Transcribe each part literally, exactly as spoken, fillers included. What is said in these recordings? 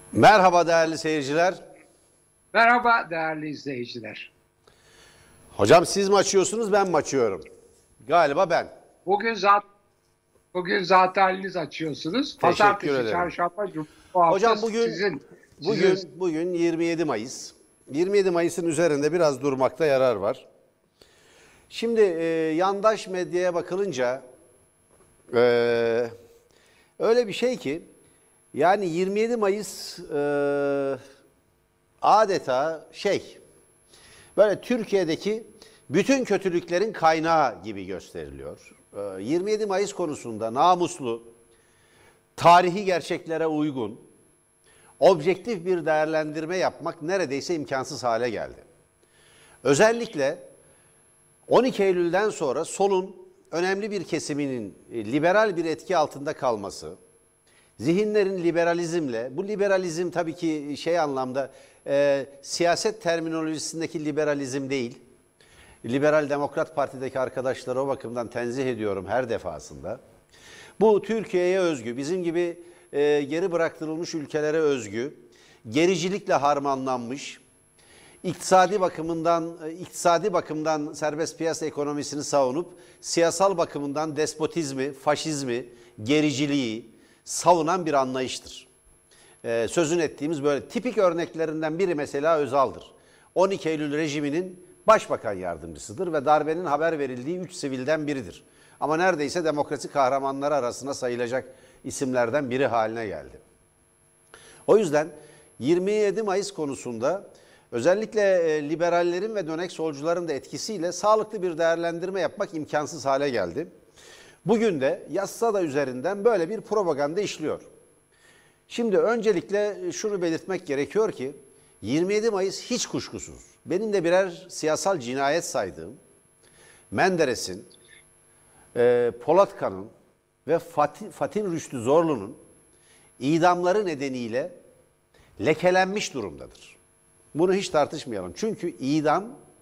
Merhaba değerli seyirciler. Merhaba değerli izleyiciler. Hocam siz mi açıyorsunuz, ben mi açıyorum? Galiba ben. Bugün zaten bugün zaten siz açıyorsunuz. Teşekkür Pazartesi, ederim. çarşamba, cuma bu hafta Hocam bugün sizin bugün sizin bugün yirmi yedi Mayıs. yirmi yedi Mayıs'ın üzerinde biraz durmakta yarar var. Şimdi e, yandaş medyaya bakılınca e, öyle bir şey ki yani yirmi yedi Mayıs e, adeta şey böyle Türkiye'deki bütün kötülüklerin kaynağı gibi gösteriliyor. E, yirmi yedi Mayıs konusunda namuslu, tarihi gerçeklere uygun, objektif bir değerlendirme yapmak neredeyse imkansız hale geldi. Özellikle on iki Eylül'den sonra solun önemli bir kesiminin liberal bir etki altında kalması, zihinlerin liberalizmle, bu liberalizm tabii ki şey anlamda e, siyaset terminolojisindeki liberalizm değil, Liberal Demokrat Parti'deki arkadaşları o bakımdan tenzih ediyorum her defasında. Bu Türkiye'ye özgü, bizim gibi e, geri bıraktırılmış ülkelere özgü, gericilikle harmanlanmış, iktisadi bakımından iktisadi bakımdan serbest piyasa ekonomisini savunup siyasal bakımından despotizmi, faşizmi, gericiliği savunan bir anlayıştır. Ee, sözünü ettiğimiz böyle tipik örneklerinden biri mesela Özal'dır. on iki Eylül rejiminin başbakan yardımcısıdır ve darbenin haber verildiği üç sivilden biridir. Ama neredeyse demokrasi kahramanları arasına sayılacak isimlerden biri haline geldi. O yüzden yirmi yedi Mayıs konusunda özellikle liberallerin ve dönek solcuların da etkisiyle sağlıklı bir değerlendirme yapmak imkansız hale geldi. Bugün de Yassıada üzerinden böyle bir propaganda işliyor. Şimdi öncelikle şunu belirtmek gerekiyor ki yirmi yedi Mayıs hiç kuşkusuz benim de birer siyasal cinayet saydığım Menderes'in, e, Polatkan'ın ve Fatih, Fatih Rüştü Zorlu'nun idamları nedeniyle lekelenmiş durumdadır. Bunu hiç tartışmayalım. Çünkü idam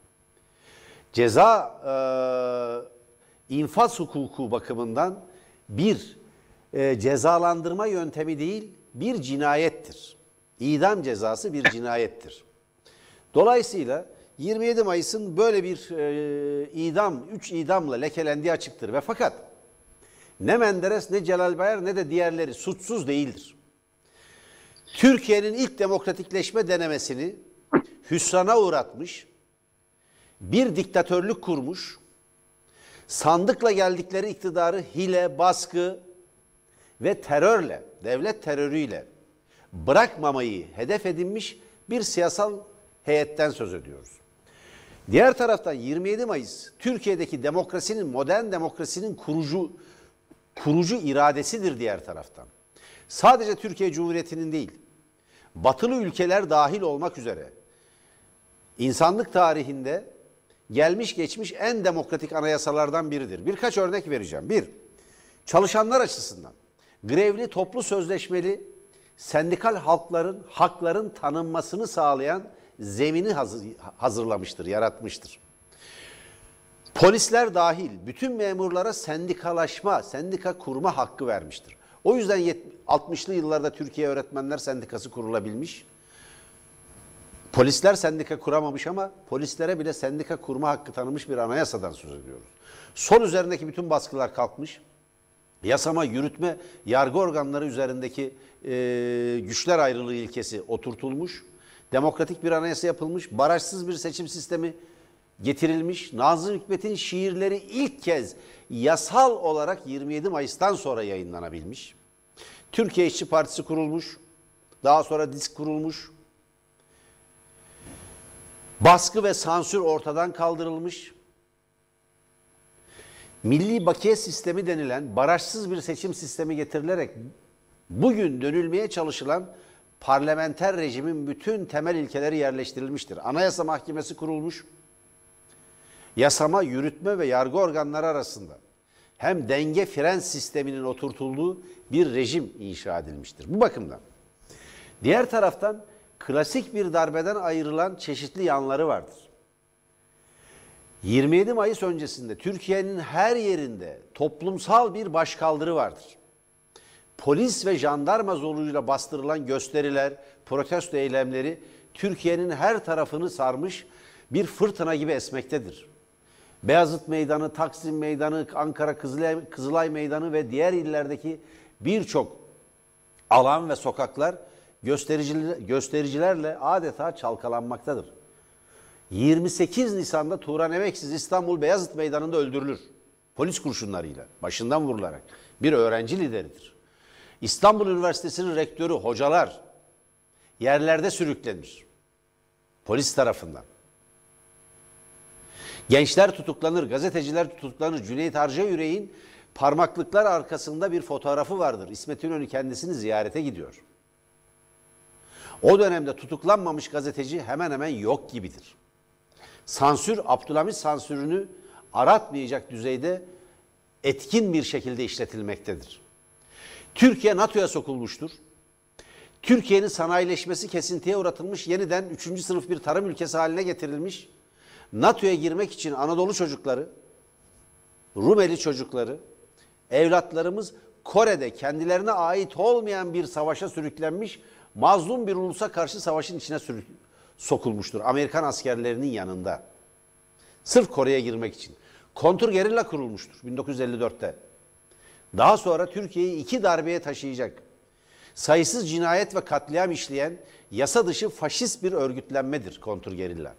ceza e, infaz hukuku bakımından bir e, cezalandırma yöntemi değil, bir cinayettir. İdam cezası bir cinayettir. Dolayısıyla yirmi yedi Mayıs'ın böyle bir e, idam, üç idamla lekelendiği açıktır. Ve fakat ne Menderes, ne Celal Bayar, ne de diğerleri suçsuz değildir. Türkiye'nin ilk demokratikleşme denemesini hüsrana uğratmış, bir diktatörlük kurmuş, sandıkla geldikleri iktidarı hile, baskı ve terörle, devlet terörüyle bırakmamayı hedef edinmiş bir siyasal heyetten söz ediyoruz. Diğer taraftan yirmi yedi Mayıs Türkiye'deki demokrasinin, modern demokrasinin kurucu kurucu iradesidir diğer taraftan. Sadece Türkiye Cumhuriyeti'nin değil, batılı ülkeler dahil olmak üzere insanlık tarihinde gelmiş geçmiş en demokratik anayasalardan biridir. Birkaç örnek vereceğim. Bir, çalışanlar açısından grevli, toplu sözleşmeli, sendikal halkların, hakların tanınmasını sağlayan zemini hazır, hazırlamıştır, yaratmıştır. Polisler dahil bütün memurlara sendikalaşma, sendika kurma hakkı vermiştir. O yüzden altmışlı yıllarda Türkiye Öğretmenler Sendikası kurulabilmiş. Polisler sendika kuramamış ama polislere bile sendika kurma hakkı tanımış bir anayasadan söz ediyoruz. Sol üzerindeki bütün baskılar kalkmış. Yasama, yürütme, yargı organları üzerindeki e, güçler ayrılığı ilkesi oturtulmuş. Demokratik bir anayasa yapılmış. Barajsız bir seçim sistemi getirilmiş. Nazım Hikmet'in şiirleri ilk kez yasal olarak yirmi yedi Mayıs'tan sonra yayınlanabilmiş. Türkiye İşçi Partisi kurulmuş. Daha sonra DİSK kurulmuş. Baskı ve sansür ortadan kaldırılmış. Milli bakiye sistemi denilen barajsız bir seçim sistemi getirilerek bugün dönülmeye çalışılan parlamenter rejimin bütün temel ilkeleri yerleştirilmiştir. Anayasa Mahkemesi kurulmuş. Yasama, yürütme ve yargı organları arasında hem denge fren sisteminin oturtulduğu bir rejim inşa edilmiştir. Bu bakımdan. Diğer taraftan klasik bir darbeden ayrılan çeşitli yanları vardır. yirmi yedi Mayıs öncesinde Türkiye'nin her yerinde toplumsal bir başkaldırı vardır. polis ve jandarma zoruyla bastırılan gösteriler, protesto eylemleri Türkiye'nin her tarafını sarmış bir fırtına gibi esmektedir. Beyazıt Meydanı, Taksim Meydanı, Ankara Kızılay, Kızılay Meydanı ve diğer illerdeki birçok alan ve sokaklar göstericiler, göstericilerle adeta çalkalanmaktadır. yirmi sekiz Nisan'da Turan Emeksiz İstanbul Beyazıt Meydanı'nda öldürülür. Polis kurşunlarıyla, başından vurularak. Bir öğrenci lideridir. İstanbul Üniversitesi'nin rektörü, hocalar yerlerde sürüklenir. Polis tarafından. Gençler tutuklanır, gazeteciler tutuklanır. Cüneyt Arcayürek'in parmaklıklar arkasında bir fotoğrafı vardır. İsmet İnönü kendisini ziyarete gidiyor. O dönemde tutuklanmamış gazeteci hemen hemen yok gibidir. Sansür, Abdülhamit sansürünü aratmayacak düzeyde etkin bir şekilde işletilmektedir. Türkiye NATO'ya sokulmuştur. Türkiye'nin sanayileşmesi kesintiye uğratılmış, yeniden üçüncü sınıf bir tarım ülkesi haline getirilmiş. NATO'ya girmek için Anadolu çocukları, Rumeli çocukları, evlatlarımız Kore'de kendilerine ait olmayan bir savaşa sürüklenmiş, mazlum bir ulusa karşı savaşın içine sürük sokulmuştur. Amerikan askerlerinin yanında. Sırf Kore'ye girmek için. Kontrgerilla kurulmuştur bin dokuz yüz elli dörtte. Daha sonra Türkiye'yi iki darbeye taşıyacak, sayısız cinayet ve katliam işleyen yasa dışı faşist bir örgütlenmedir kontrgerilla.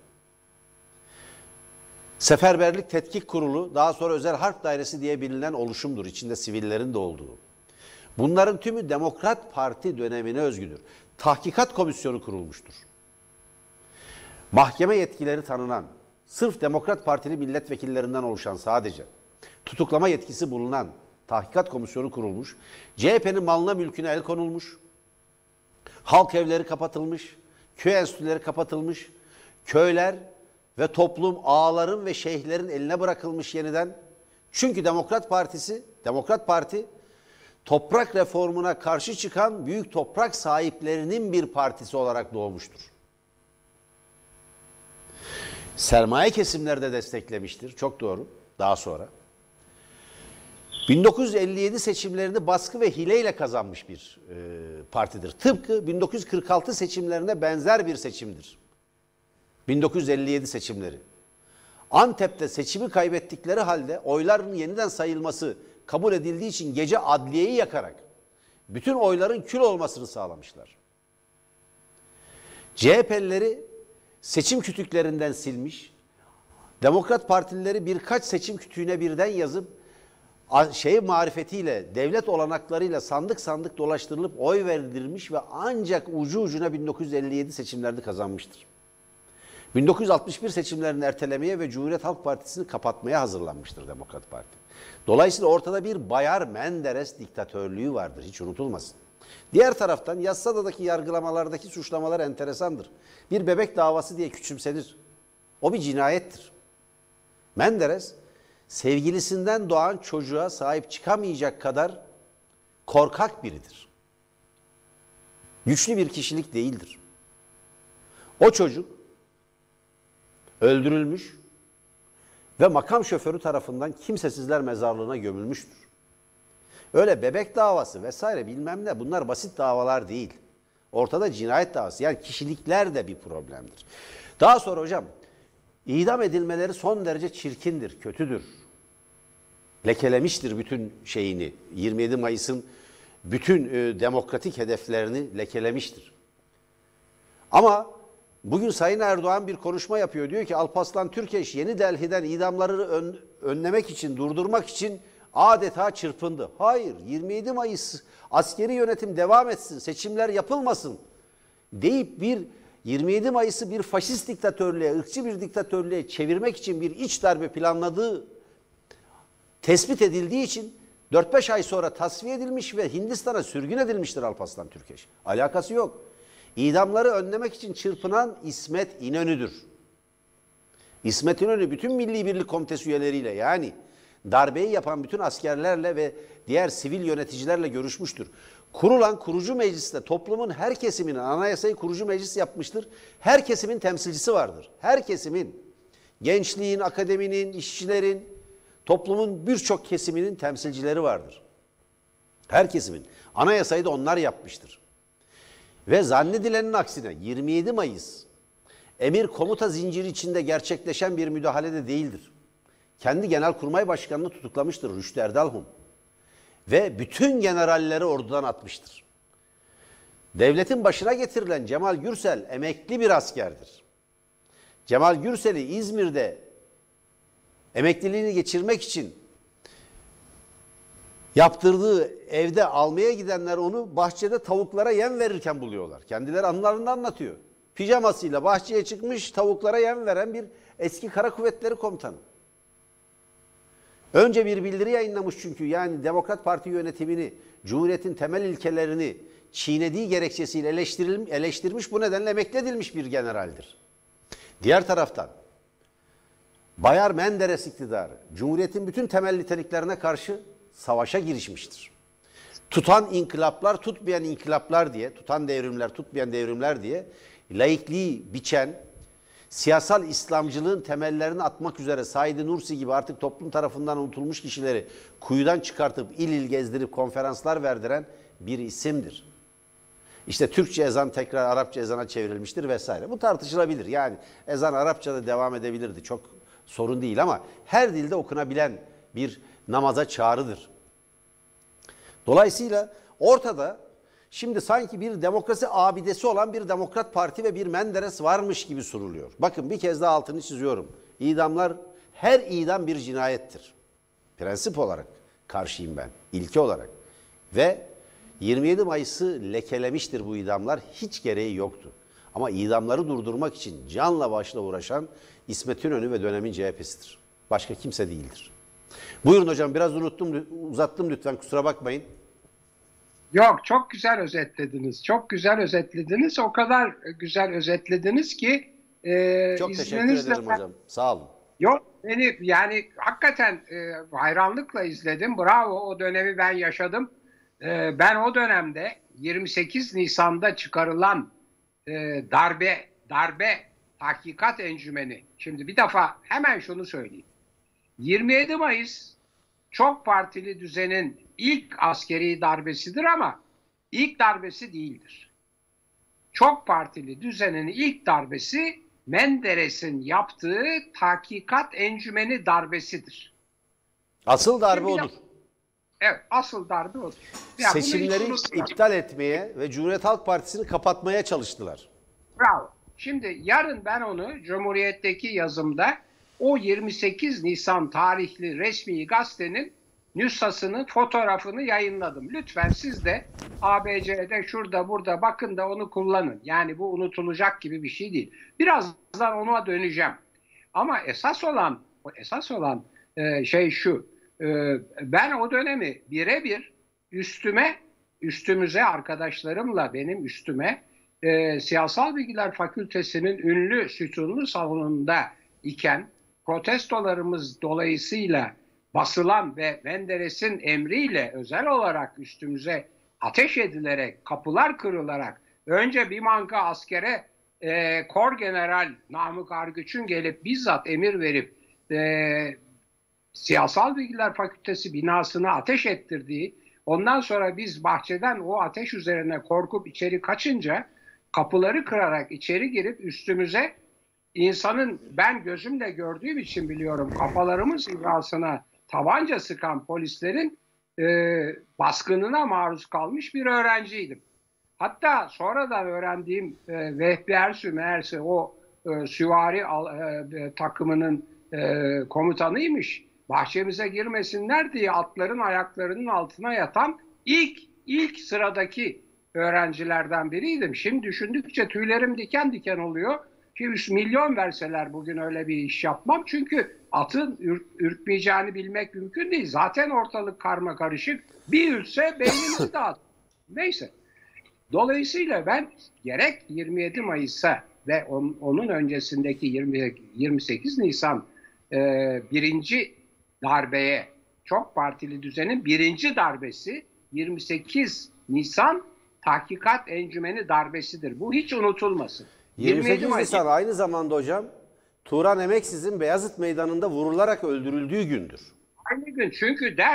Seferberlik Tetkik Kurulu, daha sonra Özel Harp Dairesi diye bilinen oluşumdur. İçinde sivillerin de olduğu. Bunların tümü Demokrat Parti dönemine özgüdür. Tahkikat Komisyonu kurulmuştur. Mahkeme yetkileri tanınan, sırf Demokrat Partili milletvekillerinden oluşan sadece, tutuklama yetkisi bulunan Tahkikat Komisyonu kurulmuş, C H P'nin malına mülküne el konulmuş, halk evleri kapatılmış, köy enstitüleri kapatılmış, köyler ve toplum ağaların ve şeyhlerin eline bırakılmış yeniden. Çünkü Demokrat Partisi, Demokrat Parti toprak reformuna karşı çıkan büyük toprak sahiplerinin bir partisi olarak doğmuştur. Sermaye kesimleri de desteklemiştir. Çok doğru. Daha sonra. bin dokuz yüz elli yedi seçimlerini baskı ve hileyle kazanmış bir e, partidir. Tıpkı bin dokuz yüz kırk altı seçimlerine benzer bir seçimdir. bin dokuz yüz elli yedi seçimleri. Antep'te seçimi kaybettikleri halde oyların yeniden sayılması kabul edildiği için gece adliyeyi yakarak bütün oyların kül olmasını sağlamışlar. C H P'lileri seçim kütüklerinden silmiş, Demokrat Partilileri birkaç seçim kütüğüne birden yazıp şey marifetiyle, devlet olanaklarıyla sandık sandık dolaştırılıp oy verdirmiş ve ancak ucu ucuna bin dokuz yüz elli yedi seçimlerini kazanmıştır. bin dokuz yüz altmış bir seçimlerini ertelemeye ve Cumhuriyet Halk Partisi'ni kapatmaya hazırlanmıştır Demokrat Parti. Dolayısıyla ortada bir Bayar Menderes diktatörlüğü vardır, hiç unutulmasın. Diğer taraftan Yassıada'daki yargılamalardaki suçlamalar enteresandır. Bir bebek davası diye küçümsenir. O bir cinayettir. Menderes, sevgilisinden doğan çocuğa sahip çıkamayacak kadar korkak biridir. Güçlü bir kişilik değildir. O çocuk öldürülmüş ve makam şoförü tarafından kimsesizler mezarlığına gömülmüştür. Öyle bebek davası vesaire bilmem ne, bunlar basit davalar değil. Ortada cinayet davası, yani kişilikler de bir problemdir. Daha sonra hocam, idam edilmeleri son derece çirkindir, kötüdür. Lekelemiştir bütün şeyini, yirmi yedi Mayıs'ın bütün e, demokratik hedeflerini lekelemiştir. Ama bugün Sayın Erdoğan bir konuşma yapıyor. Diyor ki Alparslan Türkeş Yeni Delhi'den idamları ön, önlemek için, durdurmak için adeta çırpındı. Hayır, yirmi yedi Mayıs askeri yönetim devam etsin, seçimler yapılmasın deyip bir yirmi yedi Mayıs'ı bir faşist diktatörlüğe, ırkçı bir diktatörlüğe çevirmek için bir iç darbe planladığı tespit edildiği için dört beş ay sonra tasfiye edilmiş ve Hindistan'a sürgün edilmiştir Alparslan Türkeş. Alakası yok. İdamları önlemek için çırpınan İsmet İnönü'dür. İsmet İnönü bütün Milli Birlik Komitesi üyeleriyle, yani darbeyi yapan bütün askerlerle ve diğer sivil yöneticilerle görüşmüştür. Kurulan kurucu mecliste toplumun her kesiminin, anayasayı kurucu meclis yapmıştır. Her kesimin temsilcisi vardır. Her kesimin, gençliğin, akademinin, işçilerin, toplumun birçok kesiminin temsilcileri vardır. Her kesimin. Anayasayı da onlar yapmıştır. Ve zannedilenin aksine yirmi yedi Mayıs emir komuta zinciri içinde gerçekleşen bir müdahale de değildir. Kendi Genelkurmay Başkanı'nı tutuklamıştır Rüştü Erdalhun. Ve bütün generalleri ordudan atmıştır. Devletin başına getirilen Cemal Gürsel emekli bir askerdir. Cemal Gürsel'i İzmir'de emekliliğini geçirmek için yaptırdığı evde almaya gidenler onu bahçede tavuklara yem verirken buluyorlar. Kendileri anılarında anlatıyor. Pijamasıyla bahçeye çıkmış tavuklara yem veren bir eski Kara Kuvvetleri komutanı. Önce bir bildiri yayınlamış çünkü yani Demokrat Parti yönetimini, Cumhuriyet'in temel ilkelerini çiğnediği gerekçesiyle eleştirmiş, bu nedenle emekli edilmiş bir generaldir. Diğer taraftan Bayar Menderes iktidarı Cumhuriyet'in bütün temel niteliklerine karşı savaşa girişmiştir. Tutan inkılaplar, tutmayan inkılaplar diye, tutan devrimler, tutmayan devrimler diye laikliği biçen, siyasal İslamcılığın temellerini atmak üzere Said Nursi gibi artık toplum tarafından unutulmuş kişileri kuyudan çıkartıp il il gezdirip konferanslar verdiren bir isimdir. İşte Türkçe ezan tekrar Arapça ezana çevrilmiştir vesaire. Bu tartışılabilir. Yani ezan Arapçada devam edebilirdi. Çok sorun değil ama her dilde okunabilen bir namaza çağrıdır. Dolayısıyla ortada şimdi sanki bir demokrasi abidesi olan bir Demokrat Parti ve bir Menderes varmış gibi sunuluyor. Bakın bir kez daha altını çiziyorum. İdamlar, her idam bir cinayettir. Prensip olarak karşıyım ben, ilke olarak. Ve yirmi yedi Mayıs'ı lekelemiştir bu idamlar. Hiç gereği yoktu. Ama idamları durdurmak için canla başla uğraşan İsmet İnönü ve dönemin C H P'sidir. Başka kimse değildir. Buyurun hocam, biraz unuttum, uzattım lütfen, kusura bakmayın. Yok, çok güzel özetlediniz. Çok güzel özetlediniz. O kadar güzel özetlediniz ki e, çok teşekkür ederim hocam. Sağ olun. Yok, beni yani hakikaten e, hayranlıkla izledim. Bravo, o dönemi ben yaşadım. E, ben o dönemde yirmi sekiz Nisan'da çıkarılan e, darbe darbe tahkikat encümeni. Şimdi bir defa hemen şunu söyleyeyim. yirmi yedi Mayıs çok partili düzenin ilk askeri darbesidir ama ilk darbesi değildir. Çok partili düzenin ilk darbesi Menderes'in yaptığı tahkikat encümeni darbesidir. Asıl darbe Şimdi, odur. Evet, asıl darbe odur. Ya seçimleri iptal etmeye ve Cumhuriyet Halk Partisi'ni kapatmaya çalıştılar. Bravo. Şimdi yarın ben onu Cumhuriyet'teki yazımda o yirmi sekiz Nisan tarihli resmi gazetenin nüshasını, fotoğrafını yayınladım. Lütfen siz de A B C'de şurada burada bakın da onu kullanın. Yani bu unutulacak gibi bir şey değil. Birazdan ona döneceğim. Ama esas olan esas olan e, şey şu. E, ben o dönemi birebir üstüme, üstümüze arkadaşlarımla benim üstüme e, Siyasal Bilgiler Fakültesi'nin ünlü sütunlu salonunda iken protestolarımız dolayısıyla basılan ve Menderes'in emriyle özel olarak üstümüze ateş edilerek, kapılar kırılarak önce bir manka askere e, Kor General Namık Argüç'ün gelip bizzat emir verip e, Siyasal Bilgiler Fakültesi binasını ateş ettirdiği, ondan sonra biz bahçeden o ateş üzerine korkup içeri kaçınca kapıları kırarak içeri girip üstümüze insanın, ben gözümle gördüğüm için biliyorum, kafalarımız hizasına tabanca sıkan polislerin e, baskınına maruz kalmış bir öğrenciydim. Hatta sonradan öğrendiğim e, Vehbi Ersü meğerse o e, süvari e, takımının e, komutanıymış. Bahçemize girmesinler diye atların ayaklarının altına yatan ilk ilk sıradaki öğrencilerden biriydim. Şimdi düşündükçe tüylerim diken diken oluyor. Ki üç milyon verseler bugün öyle bir iş yapmam. Çünkü atın ür, ürkmeyeceğini bilmek mümkün değil. Zaten ortalık karma karışık. Bir ürse beynimizi dağıtır. Neyse. Dolayısıyla ben gerek yirmi yedi Mayıs'a ve on, onun öncesindeki yirmi, yirmi sekiz Nisan e, birinci darbeye, çok partili düzenin birinci darbesi yirmi sekiz Nisan tahkikat encümeni darbesidir. Bu hiç unutulmasın. yirmi sekiz Nisan aynı zamanda hocam Turan Emeksiz'in Beyazıt Meydanı'nda vurularak öldürüldüğü gündür. Aynı gün, çünkü derhal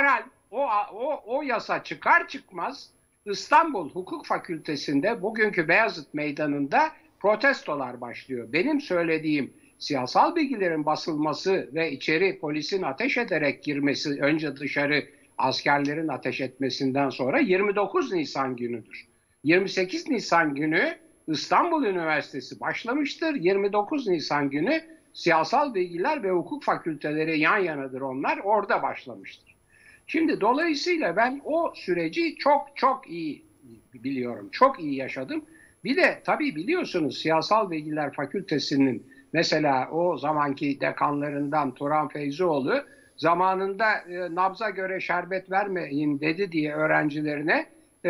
o, o, o yasa çıkar çıkmaz İstanbul Hukuk Fakültesi'nde bugünkü Beyazıt Meydanı'nda protestolar başlıyor. Benim söylediğim siyasal bilgilerin basılması ve içeri polisin ateş ederek girmesi, önce dışarı askerlerin ateş etmesinden sonra yirmi dokuz Nisan günüdür. yirmi sekiz Nisan günü İstanbul Üniversitesi başlamıştır. yirmi dokuz Nisan günü siyasal bilgiler ve hukuk fakülteleri yan yanadır onlar. Orada başlamıştır. Şimdi dolayısıyla ben o süreci çok çok iyi biliyorum. Çok iyi yaşadım. Bir de tabii biliyorsunuz Siyasal Bilgiler Fakültesi'nin mesela o zamanki dekanlarından Turan Feyzioğlu zamanında e, nabza göre şerbet vermeyin dedi diye öğrencilerine e,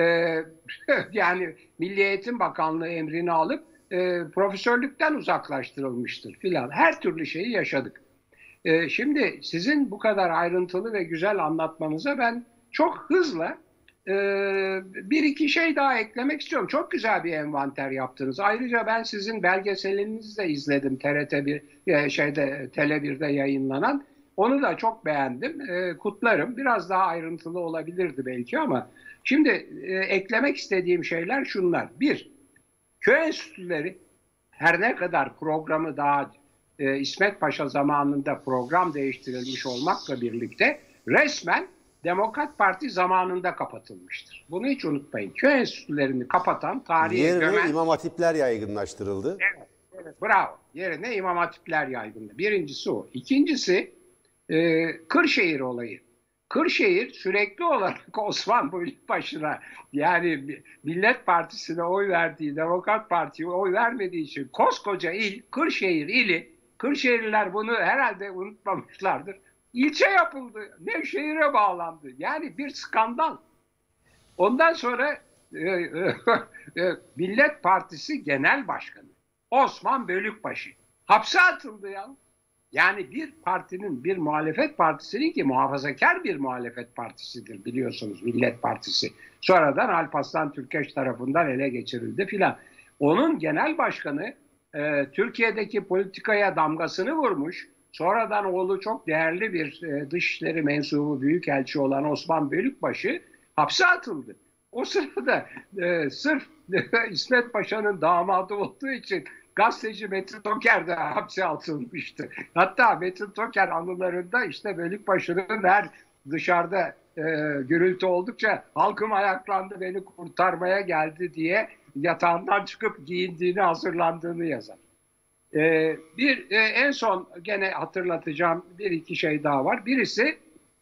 yani Milli Eğitim Bakanlığı emrini alıp e, profesörlükten uzaklaştırılmıştır filan. Her türlü şeyi yaşadık. E, şimdi sizin bu kadar ayrıntılı ve güzel anlatmanıza ben çok hızla e, bir iki şey daha eklemek istiyorum. Çok güzel bir envanter yaptınız. Ayrıca ben sizin belgeselinizi de izledim T R T bir e, şeyde Tele bir'de yayınlanan. Onu da çok beğendim. E, kutlarım. Biraz daha ayrıntılı olabilirdi belki ama şimdi e, eklemek istediğim şeyler şunlar. Bir, köy enstitüleri her ne kadar programı daha e, İsmet Paşa zamanında program değiştirilmiş olmakla birlikte resmen Demokrat Parti zamanında kapatılmıştır. Bunu hiç unutmayın. Köy enstitülerini kapatan, tarihi Yerine gömen... İmam Hatipler yaygınlaştırıldı. Evet, evet, bravo. Yerine İmam Hatipler yaygınlaştırıldı. Birincisi o. İkincisi e, Kırşehir olayı. Kırşehir sürekli olarak Osman Bölükbaşı'na yani Millet Partisi'ne oy verdiği, Demokrat Parti'ye oy vermediği için koskoca il, Kırşehir ili, Kırşehirliler bunu herhalde unutmamışlardır. İlçe yapıldı. Nevşehir'e bağlandı. Yani bir skandal. Ondan sonra e, e, e, Millet Partisi Genel Başkanı Osman Bölükbaşı hapse atıldı ya. Yani bir partinin, bir muhalefet partisinin ki muhafazakar bir muhalefet partisidir biliyorsunuz Millet Partisi. Sonradan Alparslan Türkeş tarafından ele geçirildi filan. Onun genel başkanı e, Türkiye'deki politikaya damgasını vurmuş. Sonradan oğlu çok değerli bir e, dışişleri mensubu büyükelçi olan Osman Bölükbaşı hapse atıldı. O sırada e, sırf İsmet Paşa'nın damadı olduğu için gazeteci Metin Toker de hapse atılmıştı. Hatta Metin Toker anılarında işte Bölükbaşı'nın her dışarıda e, gürültü oldukça halkım ayaklandı beni kurtarmaya geldi diye yatağından çıkıp giyindiğini hazırlandığını yazar. E, bir e, en son gene hatırlatacağım bir iki şey daha var. Birisi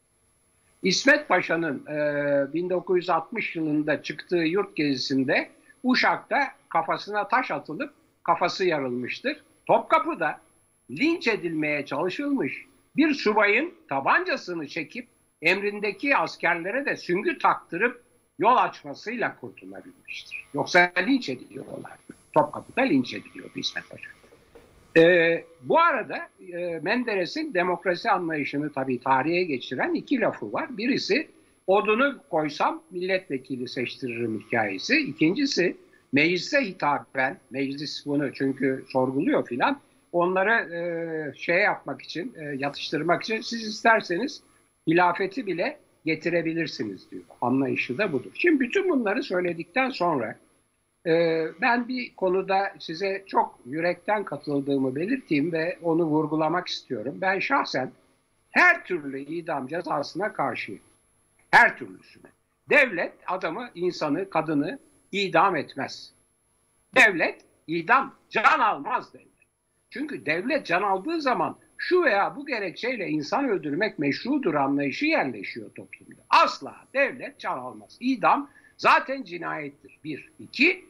İsmet Paşa'nın e, bin dokuz yüz altmış yılında çıktığı yurt gezisinde Uşak'ta kafasına taş atılıp kafası yarılmıştır. Topkapı'da linç edilmeye çalışılmış bir subayın tabancasını çekip emrindeki askerlere de süngü taktırıp yol açmasıyla kurtulabilmiştir. Yoksa linç ediliyorlar. Topkapı'da linç ediliyordu İsmet Paşa. Ee, bu arada e, Menderes'in demokrasi anlayışını tabii tarihe geçiren iki lafı var. Birisi odunu koysam milletvekili seçtiririm hikayesi. İkincisi meclise hitaben, meclis bunu çünkü sorguluyor filan, onları e, şey yapmak için, e, yatıştırmak için siz isterseniz hilafeti bile getirebilirsiniz diyor. Anlayışı da budur. Şimdi bütün bunları söyledikten sonra e, ben bir konuda size çok yürekten katıldığımı belirteyim ve onu vurgulamak istiyorum. Ben şahsen her türlü idam cezasına karşıyım. Her türlüsüne. Devlet adamı, insanı, kadını idam etmez. Devlet idam, can almaz devlet. Çünkü devlet can aldığı zaman şu veya bu gerekçeyle insan öldürmek meşrudur anlayışı yerleşiyor toplumda. Asla devlet can almaz. İdam zaten cinayettir. Bir. İki,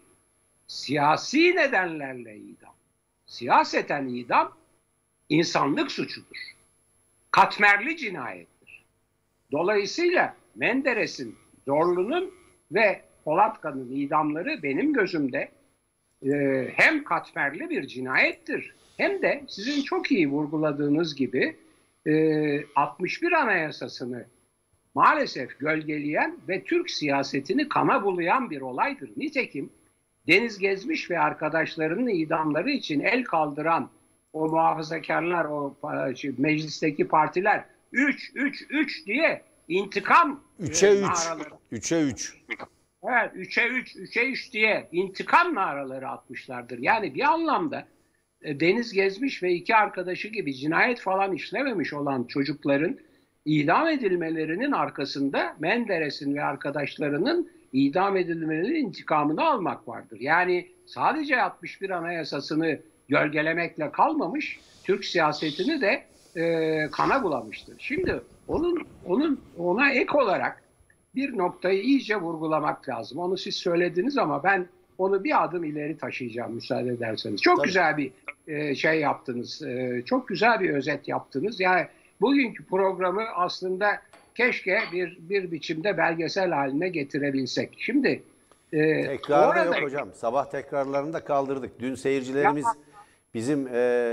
siyasi nedenlerle idam. Siyaseten idam insanlık suçudur. Katmerli cinayettir. Dolayısıyla Menderes'in, Zorlu'nun ve Polatkan'ın idamları benim gözümde e, hem katmerli bir cinayettir hem de sizin çok iyi vurguladığınız gibi e, altmış bir Anayasası'nı maalesef gölgeleyen ve Türk siyasetini kana bulayan bir olaydır. Nitekim Deniz Gezmiş ve arkadaşlarının idamları için el kaldıran o muhafazakarlar, o meclisteki partiler üç, üç, üç diye intikam üçe e, üç. naraları. üçe üç. Evet, üçe üç, üçe üç diye intikam naraları atmışlardır. Yani bir anlamda e, deniz gezmiş ve iki arkadaşı gibi cinayet falan işlememiş olan çocukların idam edilmelerinin arkasında Menderes'in ve arkadaşlarının idam edilmelerinin intikamını almak vardır. Yani sadece altmış bir Anayasası'nı gölgelemekle kalmamış, Türk siyasetini de e, kana bulamıştır. Şimdi onun onun ona ek olarak bir noktayı iyice vurgulamak lazım. Onu siz söylediniz ama ben onu bir adım ileri taşıyacağım müsaade ederseniz. Çok Tabii. güzel bir e, şey yaptınız. E, çok güzel bir özet yaptınız. Yani bugünkü programı aslında keşke bir bir biçimde belgesel haline getirebilsek. Şimdi e, Tekrar da orada, yok hocam. Sabah tekrarlarını da kaldırdık. Dün seyircilerimiz Ya, bizim e,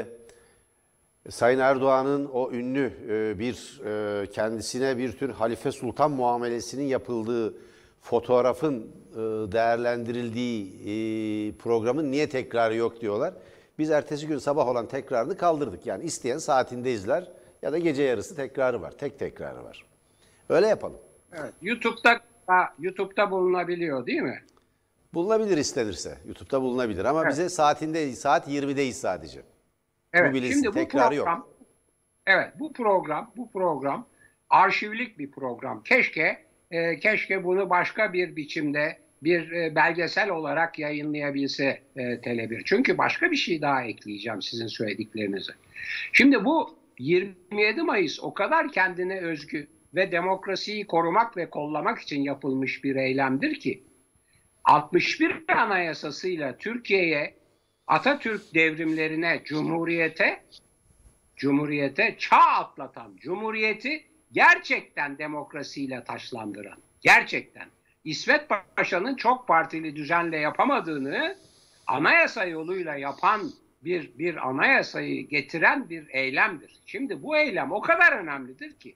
Sayın Erdoğan'ın o ünlü e, bir e, kendisine bir tür Halife Sultan muamelesinin yapıldığı fotoğrafın e, değerlendirildiği e, programın niye tekrarı yok diyorlar. Biz ertesi gün sabah olan tekrarını kaldırdık. Yani isteyen saatinde izler ya da gece yarısı tekrarı var. Tek tekrarı var. Öyle yapalım. evet, YouTube'da ha, YouTube'da bulunabiliyor değil mi? Bulunabilir istenirse. YouTube'da bulunabilir ama Evet. bize saatinde saat yirmideyiz sadece. Evet. Bu bilinsin, Şimdi bu tekrarı yok. program, evet, bu program, bu program arşivlik bir program. Keşke, e, keşke bunu başka bir biçimde bir e, belgesel olarak yayınlayabilse e, Tele bir. Çünkü başka bir şey daha ekleyeceğim sizin söylediklerinize. Şimdi bu yirmi yedi Mayıs o kadar kendine özgü ve demokrasiyi korumak ve kollamak için yapılmış bir eylemdir ki altmış bir Anayasası'yla Türkiye'ye, Atatürk devrimlerine, Cumhuriyete, Cumhuriyete çağ atlatan, Cumhuriyeti gerçekten demokrasiyle taşlandıran, gerçekten İsmet Paşa'nın çok partili düzenle yapamadığını anayasa yoluyla yapan bir bir anayasayı getiren bir eylemdir. Şimdi bu eylem o kadar önemlidir ki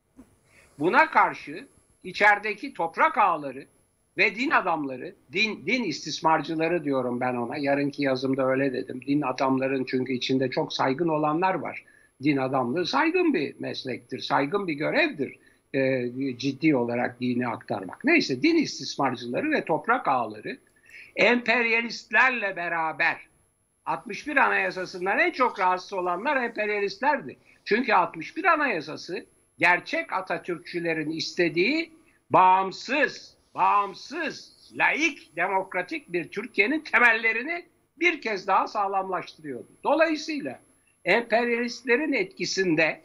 buna karşı içerideki toprak ağları ve din adamları, din din istismarcıları diyorum ben ona. Yarınki yazımda öyle dedim. Din adamların çünkü içinde çok saygın olanlar var. Din adamlığı saygın bir meslektir, saygın bir görevdir. E, ciddi olarak dini aktarmak. Neyse, din istismarcıları ve toprak ağları emperyalistlerle beraber altmış bir Anayasası'ndan en çok rahatsız olanlar emperyalistlerdi. Çünkü altmış bir Anayasası gerçek Atatürkçülerin istediği bağımsız, bağımsız, laik, demokratik bir Türkiye'nin temellerini bir kez daha sağlamlaştırıyordu. Dolayısıyla emperyalistlerin etkisinde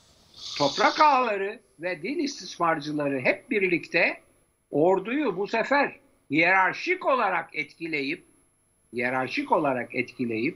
toprak ağları ve din istismarcıları hep birlikte orduyu bu sefer hiyerarşik olarak etkileyip hiyerarşik olarak etkileyip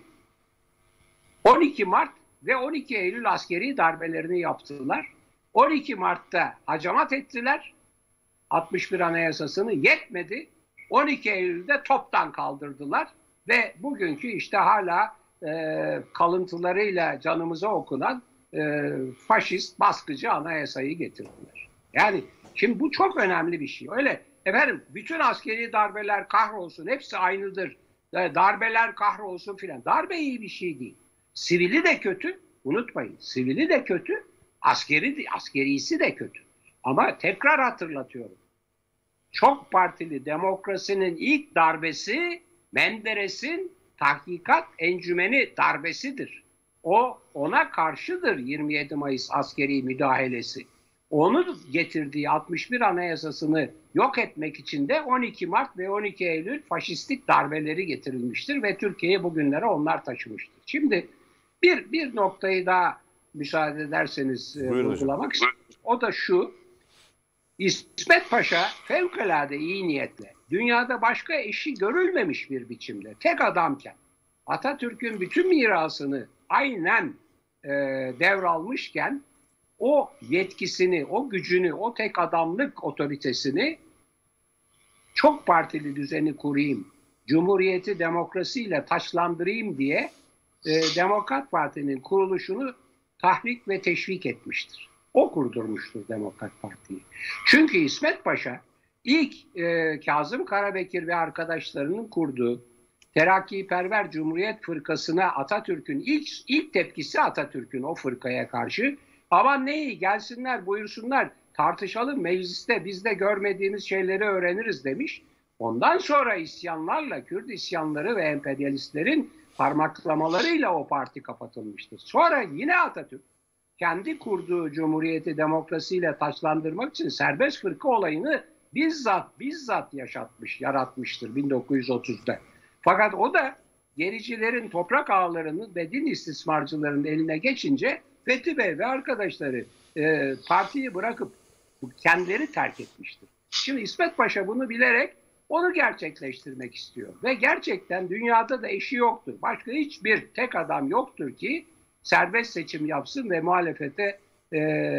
on iki Mart ve on iki Eylül askeri darbelerini yaptılar. on iki Mart'ta hacamat ettiler. altmış bir Anayasası'nı yetmedi. on iki Eylül'de toptan kaldırdılar ve bugünkü işte hala e, kalıntılarıyla canımıza okunan e, faşist, baskıcı anayasayı getirdiler. Yani şimdi bu çok önemli bir şey. Öyle efendim bütün askeri darbeler kahrolsun, hepsi aynıdır. Darbeler kahrolsun filan. Darbe iyi bir şey değil. Sivili de kötü, unutmayın. Sivili de kötü, askeri askerisi de kötü. Ama tekrar hatırlatıyorum. Çok partili demokrasinin ilk darbesi Menderes'in tahkikat encümeni darbesidir. O ona karşıdır yirmi yedi Mayıs askeri müdahalesi. Onu getirdiği altmış bir Anayasası'nı yok etmek için de on iki Mart ve on iki Eylül faşistik darbeleri getirilmiştir ve Türkiye'yi bugünlere onlar taşımıştır. Şimdi bir bir noktayı daha müsaade ederseniz vurgulamak istiyorum. O da şu: İsmet Paşa fevkalade iyi niyetle, dünyada başka eşi görülmemiş bir biçimde, tek adamken Atatürk'ün bütün mirasını aynen e, devralmışken o yetkisini, o gücünü, o tek adamlık otoritesini çok partili düzeni kurayım, Cumhuriyeti demokrasiyle taçlandırayım diye e, Demokrat Parti'nin kuruluşunu tahrik ve teşvik etmiştir. O kurdurmuştur Demokrat Parti'yi. Çünkü İsmet Paşa ilk e, Kazım Karabekir ve arkadaşlarının kurduğu Terakkiperver Cumhuriyet Fırkası'na Atatürk'ün ilk ilk tepkisi Atatürk'ün o fırkaya karşı, aman ne iyi gelsinler buyursunlar tartışalım mecliste, biz de görmediğimiz şeyleri öğreniriz demiş. Ondan sonra isyanlarla, Kürt isyanları ve emperyalistlerin parmaklamalarıyla o parti kapatılmıştır. Sonra yine Atatürk kendi kurduğu cumhuriyeti demokrasiyle taçlandırmak için serbest fırka olayını bizzat bizzat yaşatmış, yaratmıştır bin dokuz yüz otuzda. Fakat o da gericilerin toprak ağlarını ve din istismarcılarının eline geçince Fethi Bey ve arkadaşları e, partiyi bırakıp kendileri terk etmiştir. Şimdi İsmet Paşa bunu bilerek onu gerçekleştirmek istiyor. Ve gerçekten dünyada da eşi yoktur. Başka hiçbir tek adam yoktur ki serbest seçim yapsın ve muhalefete e,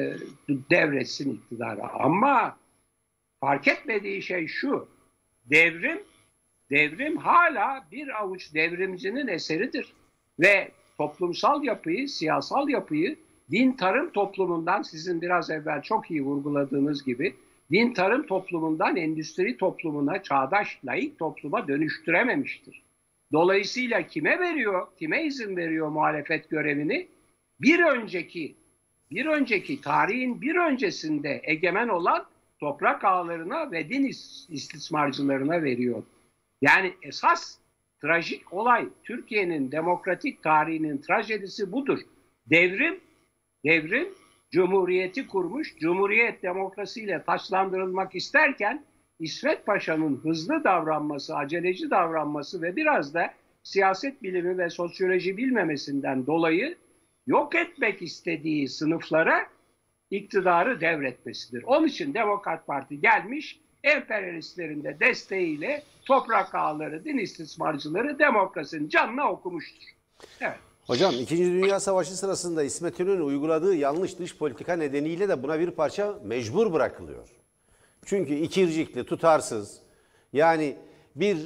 devretsin iktidarı. Ama fark etmediği şey şu: devrim, devrim hala bir avuç devrimcinin eseridir. Ve toplumsal yapıyı, siyasal yapıyı din tarım toplumundan, sizin biraz evvel çok iyi vurguladığınız gibi, din tarım toplumundan endüstri toplumuna, çağdaş laik topluma dönüştürememiştir. Dolayısıyla kime veriyor, kime izin veriyor muhalefet görevini? Bir önceki, bir önceki tarihin bir öncesinde egemen olan toprak ağlarına ve din istismarcılarına veriyor. Yani esas trajik olay, Türkiye'nin demokratik tarihinin trajedisi budur. Devrim, devrim Cumhuriyeti kurmuş, Cumhuriyet demokrasiyle taçlandırılmak isterken İsmet Paşa'nın hızlı davranması, aceleci davranması ve biraz da siyaset bilimi ve sosyoloji bilmemesinden dolayı yok etmek istediği sınıflara iktidarı devretmesidir. Onun için Demokrat Parti gelmiş, emperyalistlerin de desteğiyle toprak ağları, din istismarcıları demokrasinin canına okumuştur. Evet. Hocam İkinci Dünya Savaşı sırasında İsmet İnönü'nün uyguladığı yanlış dış politika nedeniyle de buna bir parça mecbur bırakılıyor. Çünkü ikircikli, tutarsız, yani bir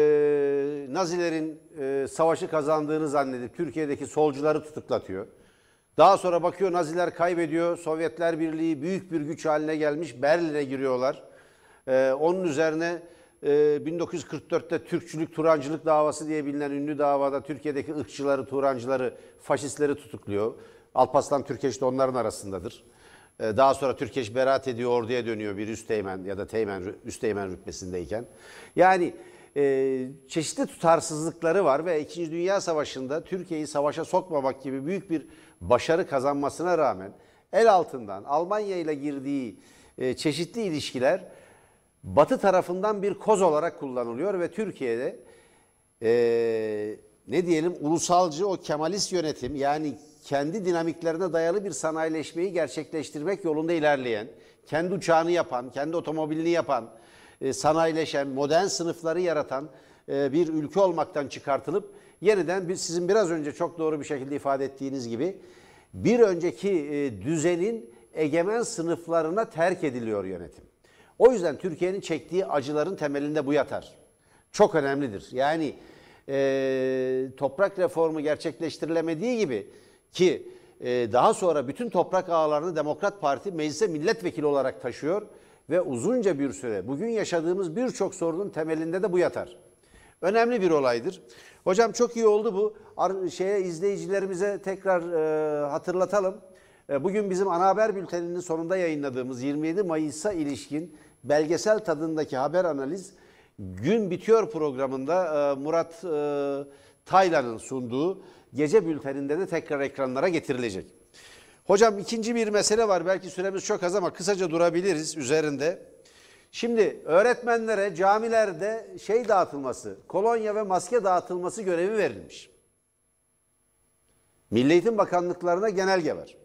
e, Nazilerin e, savaşı kazandığını zannedip Türkiye'deki solcuları tutuklatıyor. Daha sonra bakıyor Naziler kaybediyor, Sovyetler Birliği büyük bir güç haline gelmiş, Berlin'e giriyorlar. E, onun üzerine e, bin dokuz yüz kırk dörtte Türkçülük, Turancılık davası diye bilinen ünlü davada Türkiye'deki ırkçıları, Turancıları, faşistleri tutukluyor. Alparslan Türkeş de onların arasındadır. Daha sonra Türkeş beraat ediyor, orduya dönüyor bir üsteğmen ya da teğmen, üsteğmen rütbesindeyken. Yani e, çeşitli tutarsızlıkları var ve İkinci Dünya Savaşı'nda Türkiye'yi savaşa sokmamak gibi büyük bir başarı kazanmasına rağmen el altından Almanya ile girdiği e, çeşitli ilişkiler Batı tarafından bir koz olarak kullanılıyor ve Türkiye'de e, ne diyelim ulusalcı o Kemalist yönetim, yani kendi dinamiklerine dayalı bir sanayileşmeyi gerçekleştirmek yolunda ilerleyen, kendi uçağını yapan, kendi otomobilini yapan, e, sanayileşen, modern sınıfları yaratan e, bir ülke olmaktan çıkartılıp yeniden bir, sizin biraz önce çok doğru bir şekilde ifade ettiğiniz gibi bir önceki e, düzenin egemen sınıflarına terk ediliyor yönetim. O yüzden Türkiye'nin çektiği acıların temelinde bu yatar. Çok önemlidir. Yani e, toprak reformu gerçekleştirilemediği gibi ki e, daha sonra bütün toprak ağlarını Demokrat Parti meclise milletvekili olarak taşıyor ve uzunca bir süre bugün yaşadığımız birçok sorunun temelinde de bu yatar. Önemli bir olaydır. Hocam çok iyi oldu bu. Ar şeye izleyicilerimize tekrar e, hatırlatalım. E, bugün bizim ana haber bülteninin sonunda yayınladığımız yirmi yedi Mayıs'a ilişkin belgesel tadındaki haber analiz Gün Bitiyor programında e, Murat e, Taylan'ın sunduğu gece bülteninde de tekrar ekranlara getirilecek. Hocam ikinci bir mesele var. Belki süremiz çok az ama kısaca durabiliriz üzerinde. Şimdi öğretmenlere camilerde şey dağıtılması, kolonya ve maske dağıtılması görevi verilmiş. Milli Eğitim Bakanlıklarına genelge var.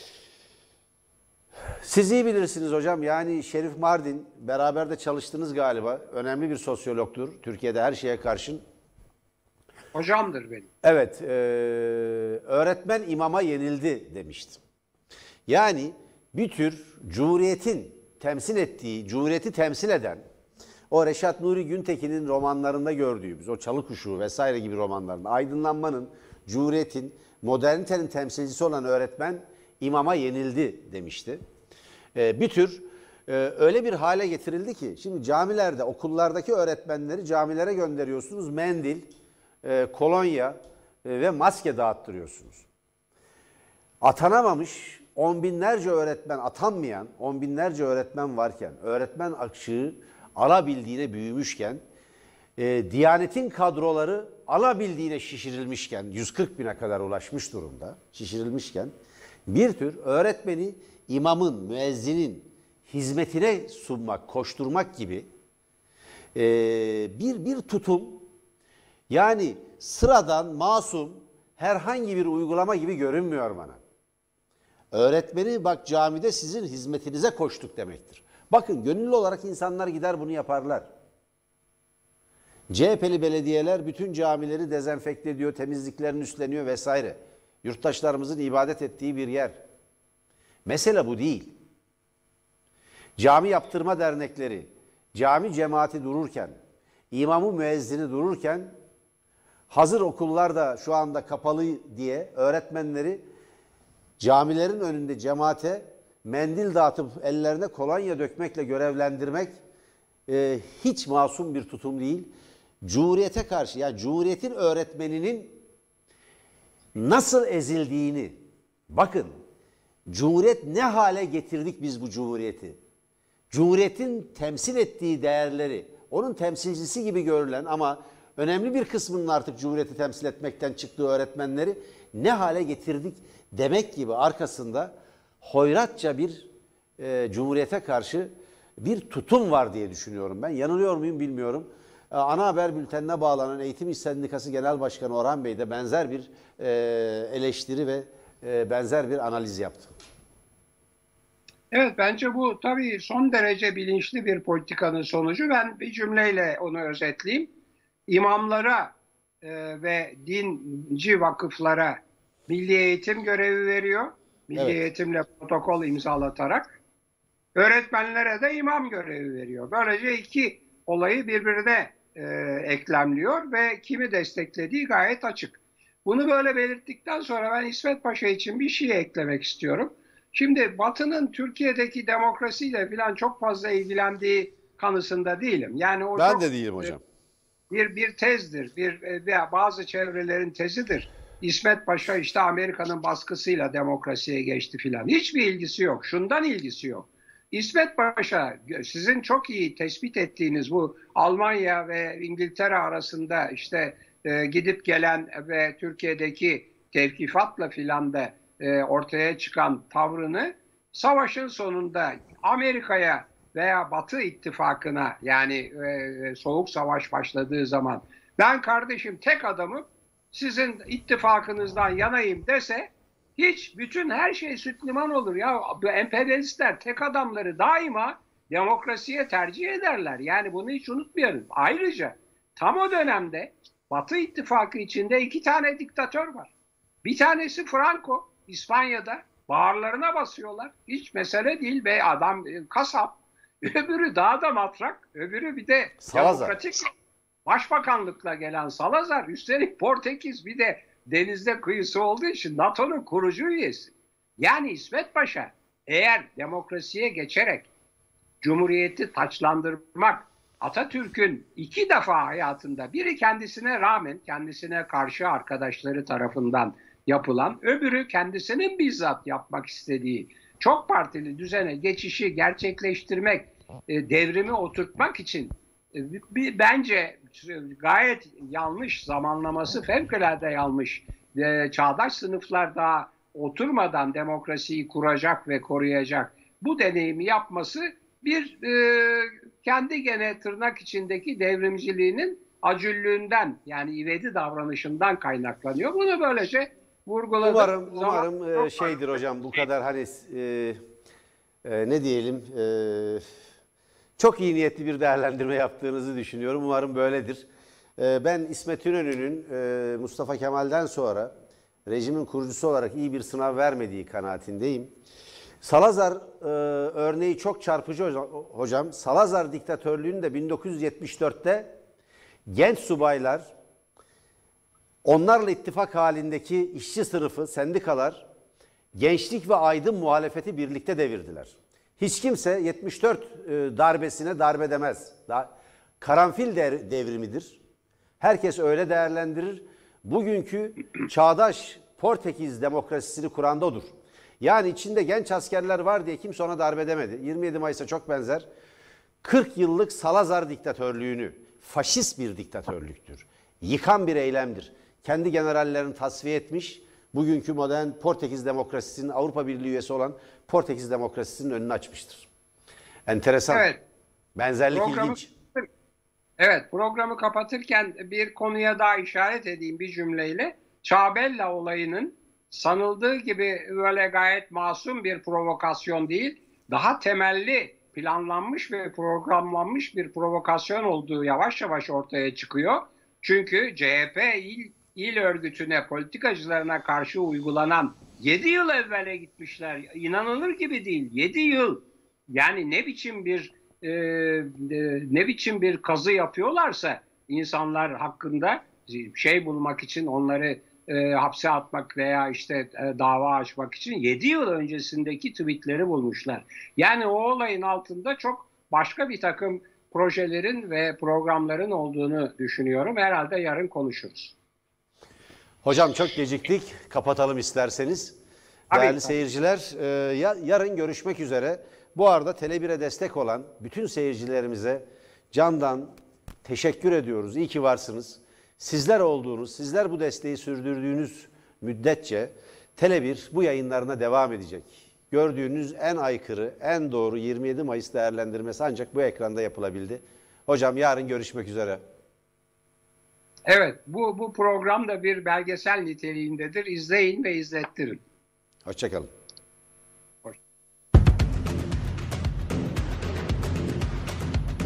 Siz iyi bilirsiniz hocam. Yani Şerif Mardin, beraber de çalıştınız galiba. Önemli bir sosyologtur. Türkiye'de her şeye karşın. Hocamdır benim. Evet, e, öğretmen imama yenildi demiştim. Yani bir tür Cumhuriyet'in temsil ettiği, Cumhuriyet'i temsil eden, o Reşat Nuri Güntekin'in romanlarında gördüğümüz, o Çalı Kuşu vesaire gibi romanlarında, aydınlanmanın, Cumhuriyet'in, modernitenin temsilcisi olan öğretmen imama yenildi demişti. E, bir tür e, öyle bir hale getirildi ki, şimdi camilerde, okullardaki öğretmenleri camilere gönderiyorsunuz, mendil, e, kolonya e, ve maske dağıttırıyorsunuz. Atanamamış, on binlerce öğretmen atanmayan, on binlerce öğretmen varken, öğretmen açığı alabildiğine büyümüşken, e, Diyanet'in kadroları alabildiğine şişirilmişken, yüz kırk bine kadar ulaşmış durumda, şişirilmişken, bir tür öğretmeni imamın, müezzinin hizmetine sunmak, koşturmak gibi e, bir, bir tutum, yani sıradan, masum, herhangi bir uygulama gibi görünmüyor bana. Öğretmeni bak camide sizin hizmetinize koştuk demektir. Bakın gönüllü olarak insanlar gider bunu yaparlar. C H P'li belediyeler bütün camileri dezenfekte ediyor, temizliklerini üstleniyor vesaire. Yurttaşlarımızın ibadet ettiği bir yer. Mesele bu değil. Cami yaptırma dernekleri, cami cemaati dururken, imamı müezzini dururken, hazır okullar da şu anda kapalı diye öğretmenleri camilerin önünde cemaate mendil dağıtıp ellerine kolonya dökmekle görevlendirmek e, hiç masum bir tutum değil. Cumhuriyete karşı, yani Cumhuriyet'in öğretmeninin nasıl ezildiğini, bakın Cumhuriyet ne hale getirdik biz bu Cumhuriyeti. Cumhuriyet'in temsil ettiği değerleri, onun temsilcisi gibi görülen ama önemli bir kısmının artık Cumhuriyet'i temsil etmekten çıktığı öğretmenleri ne hale getirdik demek gibi arkasında hoyratça bir e, Cumhuriyet'e karşı bir tutum var diye düşünüyorum ben. Yanılıyor muyum bilmiyorum. E, ana haber bültenine bağlanan Eğitim İş Sendikası Genel Başkanı Orhan Bey de benzer bir e, eleştiri ve e, benzer bir analiz yaptı. Evet, bence bu tabii son derece bilinçli bir politikanın sonucu. Ben bir cümleyle onu özetleyeyim. İmamlara e, ve dinci vakıflara milli eğitim görevi veriyor. Milli Evet. eğitimle protokol imzalatarak. Öğretmenlere de imam görevi veriyor. Böylece iki olayı birbirine e, eklemliyor ve kimi desteklediği gayet açık. Bunu böyle belirttikten sonra ben İsmet Paşa için bir şey eklemek istiyorum. Şimdi Batı'nın Türkiye'deki demokrasiyle falan çok fazla ilgilendiği kanısında değilim. Yani o Ben çok, de değilim hocam. Bir bir tezdir, bir veya bazı çevrelerin tezidir. İsmet Paşa işte Amerika'nın baskısıyla demokrasiye geçti filan. Hiçbir ilgisi yok. Şundan ilgisi yok. İsmet Paşa, sizin çok iyi tespit ettiğiniz bu Almanya ve İngiltere arasında işte e, gidip gelen ve Türkiye'deki tevkifatla filan da e, ortaya çıkan tavrını savaşın sonunda Amerika'ya veya Batı ittifakına, yani e, soğuk savaş başladığı zaman ben kardeşim tek adamım, sizin ittifakınızdan yanayım dese hiç, bütün her şey süt liman olur. Ya bu emperyalistler tek adamları daima demokrasiye tercih ederler. Yani bunu hiç unutmayalım. Ayrıca tam o dönemde Batı ittifakı içinde iki tane diktatör var. Bir tanesi Franco, İspanya'da bağırlarına basıyorlar. Hiç mesele değil be, adam kasap. Öbürü daha da matrak. Öbürü bir de Salazar. demokratik başbakanlıkla gelen Salazar. Üstelik Portekiz, bir de denizde kıyısı olduğu için NATO'nun kurucu üyesi. Yani İsmet Paşa eğer demokrasiye geçerek Cumhuriyeti taçlandırmak, Atatürk'ün iki defa hayatında, biri kendisine rağmen, kendisine karşı arkadaşları tarafından yapılan, öbürü kendisinin bizzat yapmak istediği çok partili düzene geçişi gerçekleştirmek, e, devrimi oturtmak için e, bir, bence gayet yanlış, zamanlaması fevkalade yanlış. E, çağdaş sınıflar daha oturmadan demokrasiyi kuracak ve koruyacak bu deneyimi yapması bir e, kendi gene tırnak içindeki devrimciliğinin acüllüğünden, yani ivedi davranışından kaynaklanıyor. Bunu böylece vurguladım. Umarım, umarım e, şeydir hocam, bu kadar hani e, e, ne diyelim e, çok iyi niyetli bir değerlendirme yaptığınızı düşünüyorum. Umarım böyledir. E, ben İsmet İnönü'nün e, Mustafa Kemal'den sonra rejimin kurucusu olarak iyi bir sınav vermediği kanaatindeyim. Salazar e, örneği çok çarpıcı hocam. Salazar diktatörlüğünde bin dokuz yüz yetmiş dörtte genç subaylar, onlarla ittifak halindeki işçi sınıfı, sendikalar, gençlik ve aydın muhalefeti birlikte devirdiler. Hiç kimse yetmiş dört e, darbesine darbe demez. Da, karanfil devrimidir. Herkes öyle değerlendirir. Bugünkü çağdaş Portekiz demokrasisini kuran da odur. Yani içinde genç askerler var diye kimse ona darbe demedi. yirmi yedi Mayıs'a çok benzer. kırk yıllık Salazar diktatörlüğünü, faşist bir diktatörlüktür. Yıkan bir eylemdir. Kendi generallerini tasfiye etmiş, bugünkü modern Portekiz demokrasisinin, Avrupa Birliği üyesi olan Portekiz demokrasisinin önünü açmıştır. Enteresan. Evet. Benzerlik Programı, ilginç. evet, programı kapatırken bir konuya daha işaret edeyim bir cümleyle. Çağbella olayının sanıldığı gibi böyle gayet masum bir provokasyon değil, daha temelli, planlanmış ve programlanmış bir provokasyon olduğu yavaş yavaş ortaya çıkıyor. Çünkü C H P il, il örgütüne, politikacılarına karşı uygulanan yedi yıl evvele gitmişler. İnanılır gibi değil. yedi yıl. Yani ne biçim bir e, e, ne biçim bir kazı yapıyorlarsa insanlar hakkında şey bulmak için, onları e, hapse atmak veya işte e, dava açmak için yedi yıl öncesindeki tweetleri bulmuşlar. Yani o olayın altında çok başka bir takım projelerin ve programların olduğunu düşünüyorum. Herhalde yarın konuşuruz. Hocam çok geciktik. Kapatalım isterseniz. Tabii, Değerli tabii. seyirciler, e, ya- yarın görüşmek üzere. Bu arada Tele bir'e destek olan bütün seyircilerimize candan teşekkür ediyoruz. İyi ki varsınız. Sizler olduğunuz, sizler bu desteği sürdürdüğünüz müddetçe Tele bir bu yayınlarına devam edecek. Gördüğünüz en aykırı, en doğru yirmi yedi Mayıs değerlendirmesi ancak bu ekranda yapılabildi. Hocam yarın görüşmek üzere. Evet, bu bu program da bir belgesel niteliğindedir. İzleyin ve izlettirin. Hoşça kalın.